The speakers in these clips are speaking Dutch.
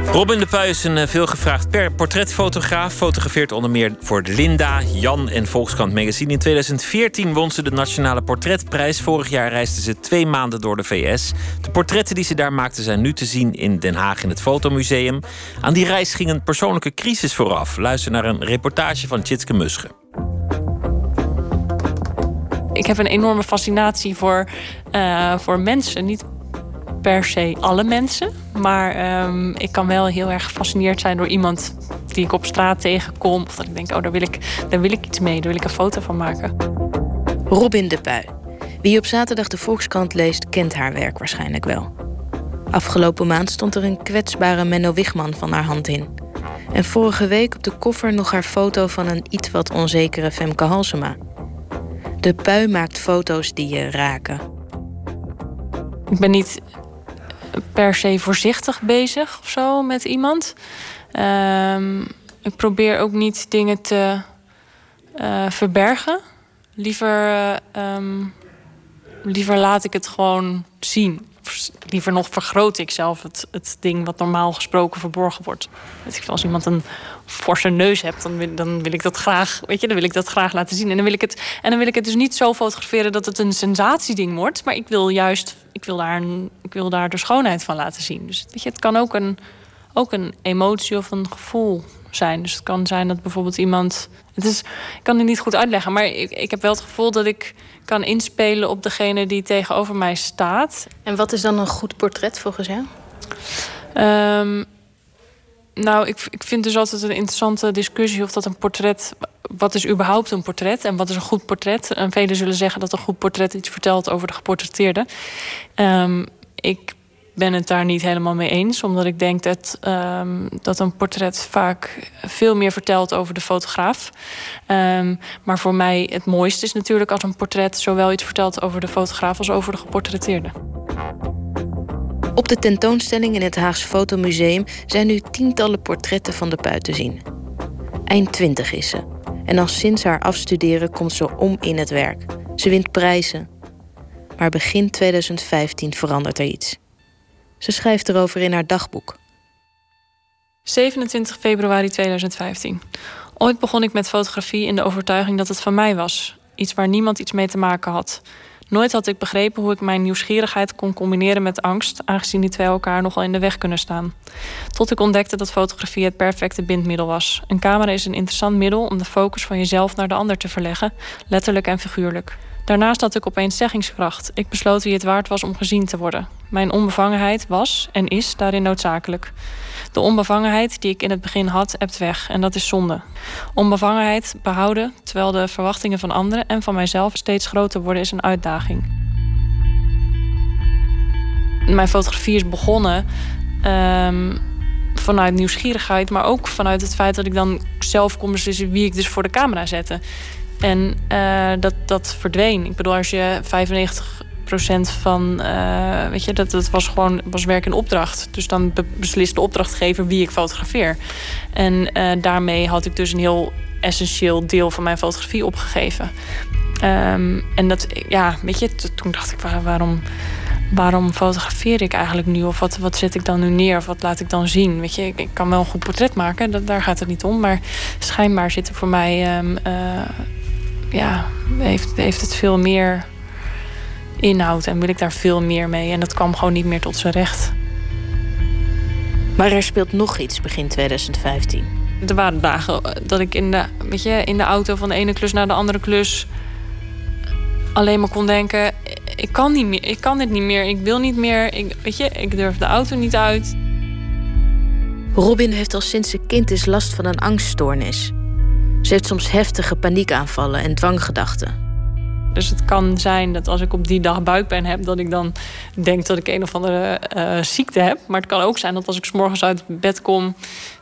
Robin de Puy is een veelgevraagd portretfotograaf. Fotografeert onder meer voor Linda, Jan en Volkskrant Magazine. In 2014 won ze de Nationale Portretprijs. Vorig jaar reisde ze 2 maanden door de VS. De portretten die ze daar maakte zijn nu te zien in Den Haag in het Fotomuseum. Aan die reis ging een persoonlijke crisis vooraf. Luister naar een reportage van Tjitske Musche. Ik heb een enorme fascinatie voor mensen. Niet per se alle mensen. Maar ik kan wel heel erg gefascineerd zijn door iemand die ik op straat tegenkom. Of dat ik denk, daar wil ik iets mee. Daar wil ik een foto van maken. Robin de Puy. Wie op zaterdag de Volkskrant leest, kent haar werk waarschijnlijk wel. Afgelopen maand stond er een kwetsbare Menno Wichman van haar hand in. En vorige week op de koffer nog haar foto van een iets wat onzekere Femke Halsema. De Puy maakt foto's die je raken. Ik ben niet per se voorzichtig bezig of zo met iemand. Ik probeer ook niet dingen te verbergen. Liever laat ik het gewoon zien. Liever nog vergroot ik zelf het ding wat normaal gesproken verborgen wordt. Als iemand een forse neus hebt, dan wil ik dat graag, dan wil ik dat graag laten zien. En dan wil ik het dus niet zo fotograferen dat het een sensatieding wordt. Maar ik wil daar de schoonheid van laten zien. Dus het kan ook een emotie of een gevoel zijn. Dus het kan zijn dat bijvoorbeeld iemand... ik kan het niet goed uitleggen, maar ik heb wel het gevoel dat ik kan inspelen op degene die tegenover mij staat. En wat is dan een goed portret volgens jou? Ik vind dus altijd een interessante discussie of dat een portret... Wat is überhaupt een portret en wat is een goed portret? En velen zullen zeggen dat een goed portret iets vertelt over de geportretteerde. Ik ben het daar niet helemaal mee eens. Omdat ik denk dat een portret vaak veel meer vertelt over de fotograaf. Maar voor mij het mooiste is natuurlijk als een portret zowel iets vertelt over de fotograaf als over de geportretteerde. Op de tentoonstelling in het Haags Fotomuseum zijn nu tientallen portretten van de Puy te zien. Eind 20 is ze. En al sinds haar afstuderen komt ze om in het werk. Ze wint prijzen. Maar begin 2015 verandert er iets. Ze schrijft erover in haar dagboek. 27 februari 2015. Ooit begon ik met fotografie in de overtuiging dat het van mij was. Iets waar niemand iets mee te maken had. Nooit had ik begrepen hoe ik mijn nieuwsgierigheid kon combineren met angst, aangezien die twee elkaar nogal in de weg kunnen staan. Tot ik ontdekte dat fotografie het perfecte bindmiddel was. Een camera is een interessant middel om de focus van jezelf naar de ander te verleggen, letterlijk en figuurlijk. Daarnaast had ik opeens zeggingskracht. Ik besloot wie het waard was om gezien te worden. Mijn onbevangenheid was en is daarin noodzakelijk. De onbevangenheid die ik in het begin had, ebt weg. En dat is zonde. Onbevangenheid behouden, terwijl de verwachtingen van anderen en van mijzelf steeds groter worden, is een uitdaging. Mijn fotografie is begonnen vanuit nieuwsgierigheid, maar ook vanuit het feit dat ik dan zelf kon beslissen wie ik dus voor de camera zette. En dat verdween. Ik bedoel, als je 95% van... dat was werk in opdracht. Dus dan beslist de opdrachtgever wie ik fotografeer. En daarmee had ik dus een heel essentieel deel van mijn fotografie opgegeven. En dat, toen dacht ik, waarom fotografeer ik eigenlijk nu? Of wat zet ik dan nu neer? Of wat laat ik dan zien? Ik kan wel een goed portret maken, daar gaat het niet om. Maar schijnbaar zit er voor mij... heeft het veel meer inhoud en wil ik daar veel meer mee. En dat kwam gewoon niet meer tot zijn recht. Maar er speelt nog iets begin 2015. Er waren dagen dat ik in de auto van de ene klus naar de andere klus alleen maar kon denken, ik kan niet meer, ik kan dit niet meer, ik wil niet meer, ik durf de auto niet uit. Robin heeft al sinds ze kind is last van een angststoornis. Ze heeft soms heftige paniekaanvallen en dwanggedachten. Dus het kan zijn dat als ik op die dag buikpijn heb, dat ik dan denk dat ik een of andere ziekte heb. Maar het kan ook zijn dat als ik 's morgens uit bed kom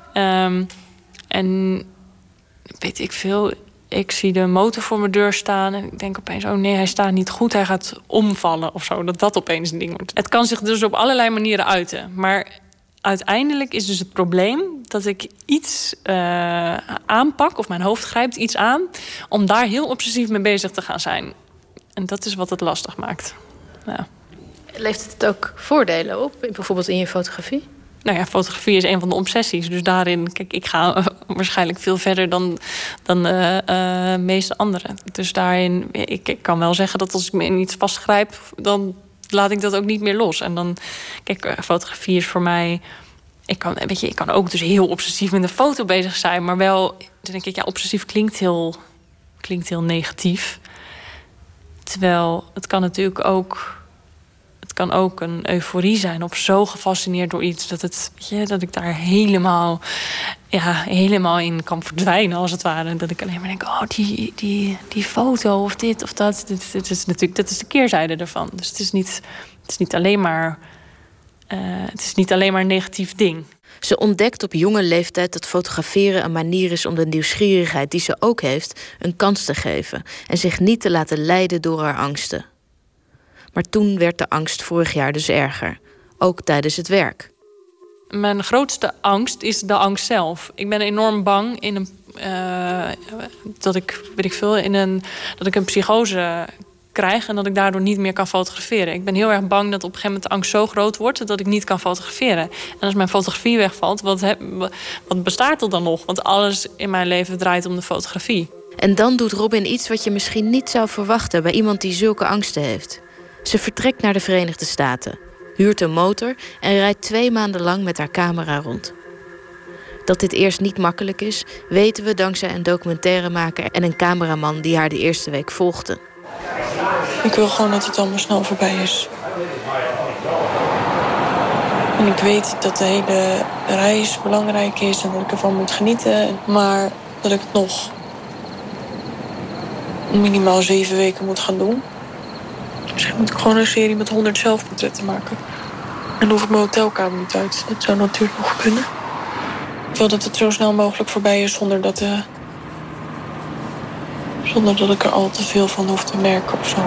en weet ik veel, ik zie de motor voor mijn deur staan en ik denk opeens, oh nee, hij staat niet goed, hij gaat omvallen of zo. Dat opeens een ding wordt. Het kan zich dus op allerlei manieren uiten. Maar uiteindelijk is dus het probleem dat ik iets aanpak, of mijn hoofd grijpt iets aan, om daar heel obsessief mee bezig te gaan zijn. En dat is wat het lastig maakt. Ja. Levert het ook voordelen op, bijvoorbeeld in je fotografie? fotografie is een van de obsessies. Dus daarin, kijk, ik ga waarschijnlijk veel verder dan de meeste anderen. Dus daarin, ik kan wel zeggen dat als ik me in iets vastgrijp, dan laat ik dat ook niet meer los. En dan, kijk, fotografie is voor mij. Ik kan ook dus heel obsessief met een foto bezig zijn, maar wel, dan denk ik, ja, obsessief klinkt heel negatief. Terwijl het kan natuurlijk ook. Het kan ook een euforie zijn of zo gefascineerd door iets dat ik daar helemaal in kan verdwijnen, als het ware. Dat ik alleen maar denk, oh, die foto of dit of dat. Dat is de keerzijde ervan. Dus het is niet alleen maar een negatief ding. Ze ontdekt op jonge leeftijd dat fotograferen een manier is om de nieuwsgierigheid die ze ook heeft een kans te geven en zich niet te laten leiden door haar angsten. Maar toen werd de angst vorig jaar dus erger, ook tijdens het werk. Mijn grootste angst is de angst zelf. Ik ben enorm bang dat ik een psychose krijg en dat ik daardoor niet meer kan fotograferen. Ik ben heel erg bang dat op een gegeven moment de angst zo groot wordt dat ik niet kan fotograferen. En als mijn fotografie wegvalt, wat bestaat er dan nog? Want alles in mijn leven draait om de fotografie. En dan doet Robin iets wat je misschien niet zou verwachten bij iemand die zulke angsten heeft. Ze vertrekt naar de Verenigde Staten, huurt een motor en rijdt 2 maanden lang met haar camera rond. Dat dit eerst niet makkelijk is, weten we dankzij een documentairemaker en een cameraman die haar de eerste week volgde. Ik wil gewoon dat het allemaal snel voorbij is. En ik weet dat de hele reis belangrijk is en dat ik ervan moet genieten. Maar dat ik het nog minimaal 7 weken moet gaan doen. Misschien moet ik gewoon een serie met 100 zelfportretten maken. En dan hoef ik mijn hotelkamer niet uit. Dat zou natuurlijk nog kunnen. Ik wil dat het zo snel mogelijk voorbij is zonder dat ik er al te veel van hoef te merken of zo.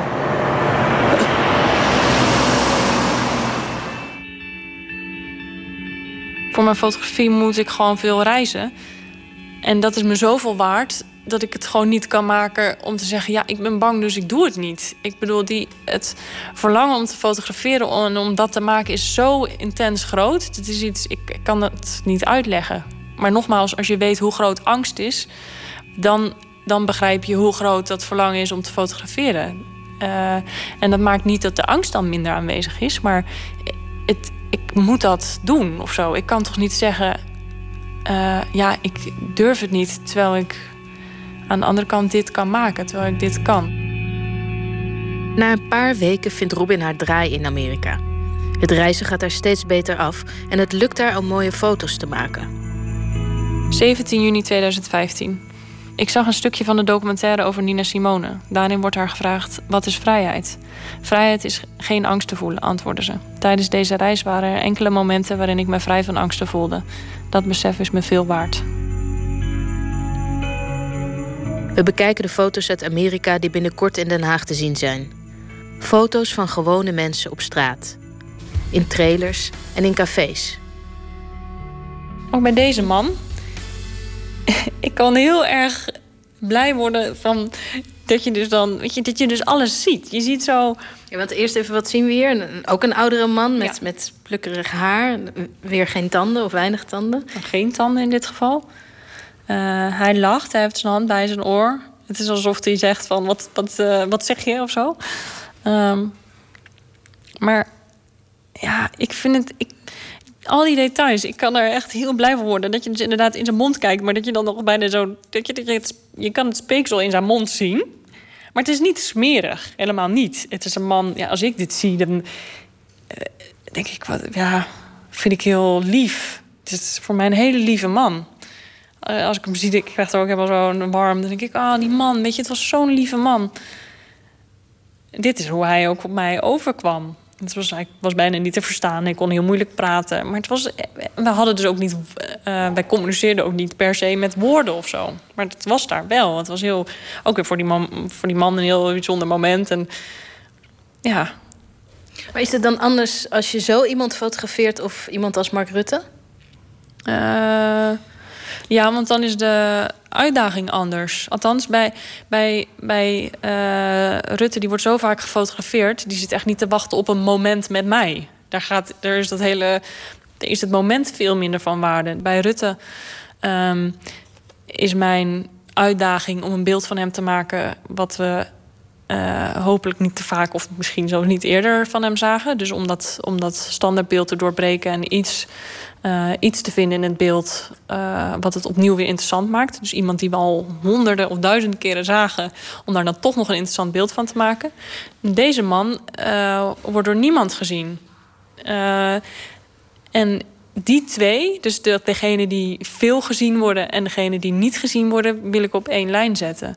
Voor mijn fotografie moet ik gewoon veel reizen. En dat is me zoveel waard dat ik het gewoon niet kan maken om te zeggen, ja, ik ben bang, dus ik doe het niet. Ik bedoel, het verlangen om te fotograferen en om dat te maken is zo intens groot. Het is iets, ik kan het niet uitleggen. Maar nogmaals, als je weet hoe groot angst is, dan begrijp je hoe groot dat verlangen is om te fotograferen. En dat maakt niet dat de angst dan minder aanwezig is, maar ik moet dat doen of zo. Ik kan toch niet zeggen, ik durf het niet, terwijl ik aan de andere kant dit kan maken, terwijl ik dit kan. Na een paar weken vindt Robin haar draai in Amerika. Het reizen gaat haar steeds beter af en het lukt haar om mooie foto's te maken. 17 juni 2015. Ik zag een stukje van de documentaire over Nina Simone. Daarin wordt haar gevraagd, wat is vrijheid? Vrijheid is geen angst te voelen, antwoordde ze. Tijdens deze reis waren er enkele momenten waarin ik me vrij van angsten voelde. Dat besef is me veel waard. We bekijken de foto's uit Amerika die binnenkort in Den Haag te zien zijn. Foto's van gewone mensen op straat. In trailers en in cafés. Ook bij deze man. Ik kan heel erg blij worden van dat je dus dan, weet je, dat je dus alles ziet. Je ziet zo. Ja, want eerst even, wat zien we hier? Ook een oudere man met plukkerig haar. Weer geen tanden of weinig tanden. Geen tanden in dit geval. Hij lacht, hij heeft zijn hand bij zijn oor. Het is alsof hij zegt van, wat zeg je of zo. Maar ja, ik vind het. Al die details, ik kan er echt heel blij van worden. Dat je dus inderdaad in zijn mond kijkt, maar dat je dan nog bijna zo. Je kan het speeksel in zijn mond zien. Maar het is niet smerig, helemaal niet. Het is een man, ja, als ik dit zie, dan denk ik, vind ik heel lief. Het is voor mij een hele lieve man. Als ik hem zie, ik krijg er ook helemaal zo'n warm. Dan denk ik, die man, weet je, het was zo'n lieve man. Dit is hoe hij ook op mij overkwam. Hij was bijna niet te verstaan. Ik kon heel moeilijk praten. Maar we hadden dus ook niet. Wij communiceerden ook niet per se met woorden of zo. Maar het was daar wel. Het was heel. Ook weer voor die man een heel bijzonder moment. En ja. Maar is het dan anders als je zo iemand fotografeert of iemand als Mark Rutte? Ja, want dan is de uitdaging anders. Althans, bij Rutte, die wordt zo vaak gefotografeerd. Die zit echt niet te wachten op een moment met mij. Daar is dat hele is het moment veel minder van waarde. Bij Rutte is mijn uitdaging om een beeld van hem te maken wat we hopelijk niet te vaak of misschien zo niet eerder van hem zagen. Dus om dat standaardbeeld te doorbreken en iets te vinden in het beeld wat het opnieuw weer interessant maakt. Dus iemand die we al honderden of duizenden keren zagen, om daar dan toch nog een interessant beeld van te maken. Deze man wordt door niemand gezien. En die twee, dus degene die veel gezien worden en degene die niet gezien worden, wil ik op één lijn zetten.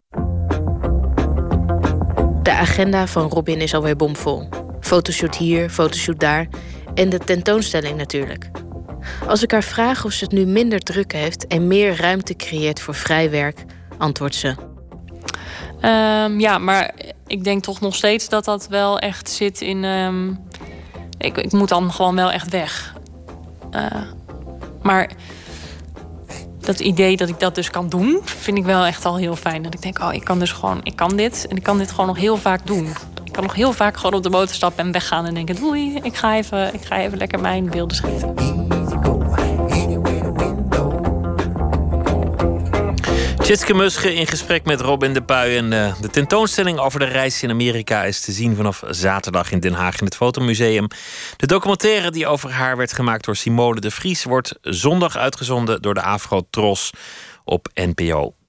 De agenda van Robin is alweer bomvol. Fotoshoot hier, fotoshoot daar. En de tentoonstelling natuurlijk. Als ik haar vraag of ze het nu minder druk heeft en meer ruimte creëert voor vrij werk, antwoordt ze. Ja, maar ik denk toch nog steeds dat dat wel echt zit in... Ik moet dan gewoon wel echt weg. Maar dat idee dat ik dat dus kan doen, vind ik wel echt al heel fijn. Dat ik denk, ik kan dit en ik kan dit gewoon nog heel vaak doen. Ik kan nog heel vaak gewoon op de motor stappen en weggaan en denken, doei, ik ga even lekker mijn beelden schieten. Tjitske Musche in gesprek met Robin de Puy. En de tentoonstelling over de reis in Amerika is te zien vanaf zaterdag in Den Haag in het Fotomuseum. De documentaire die over haar werd gemaakt door Simone de Vries wordt zondag uitgezonden door de Afro Tros op NPO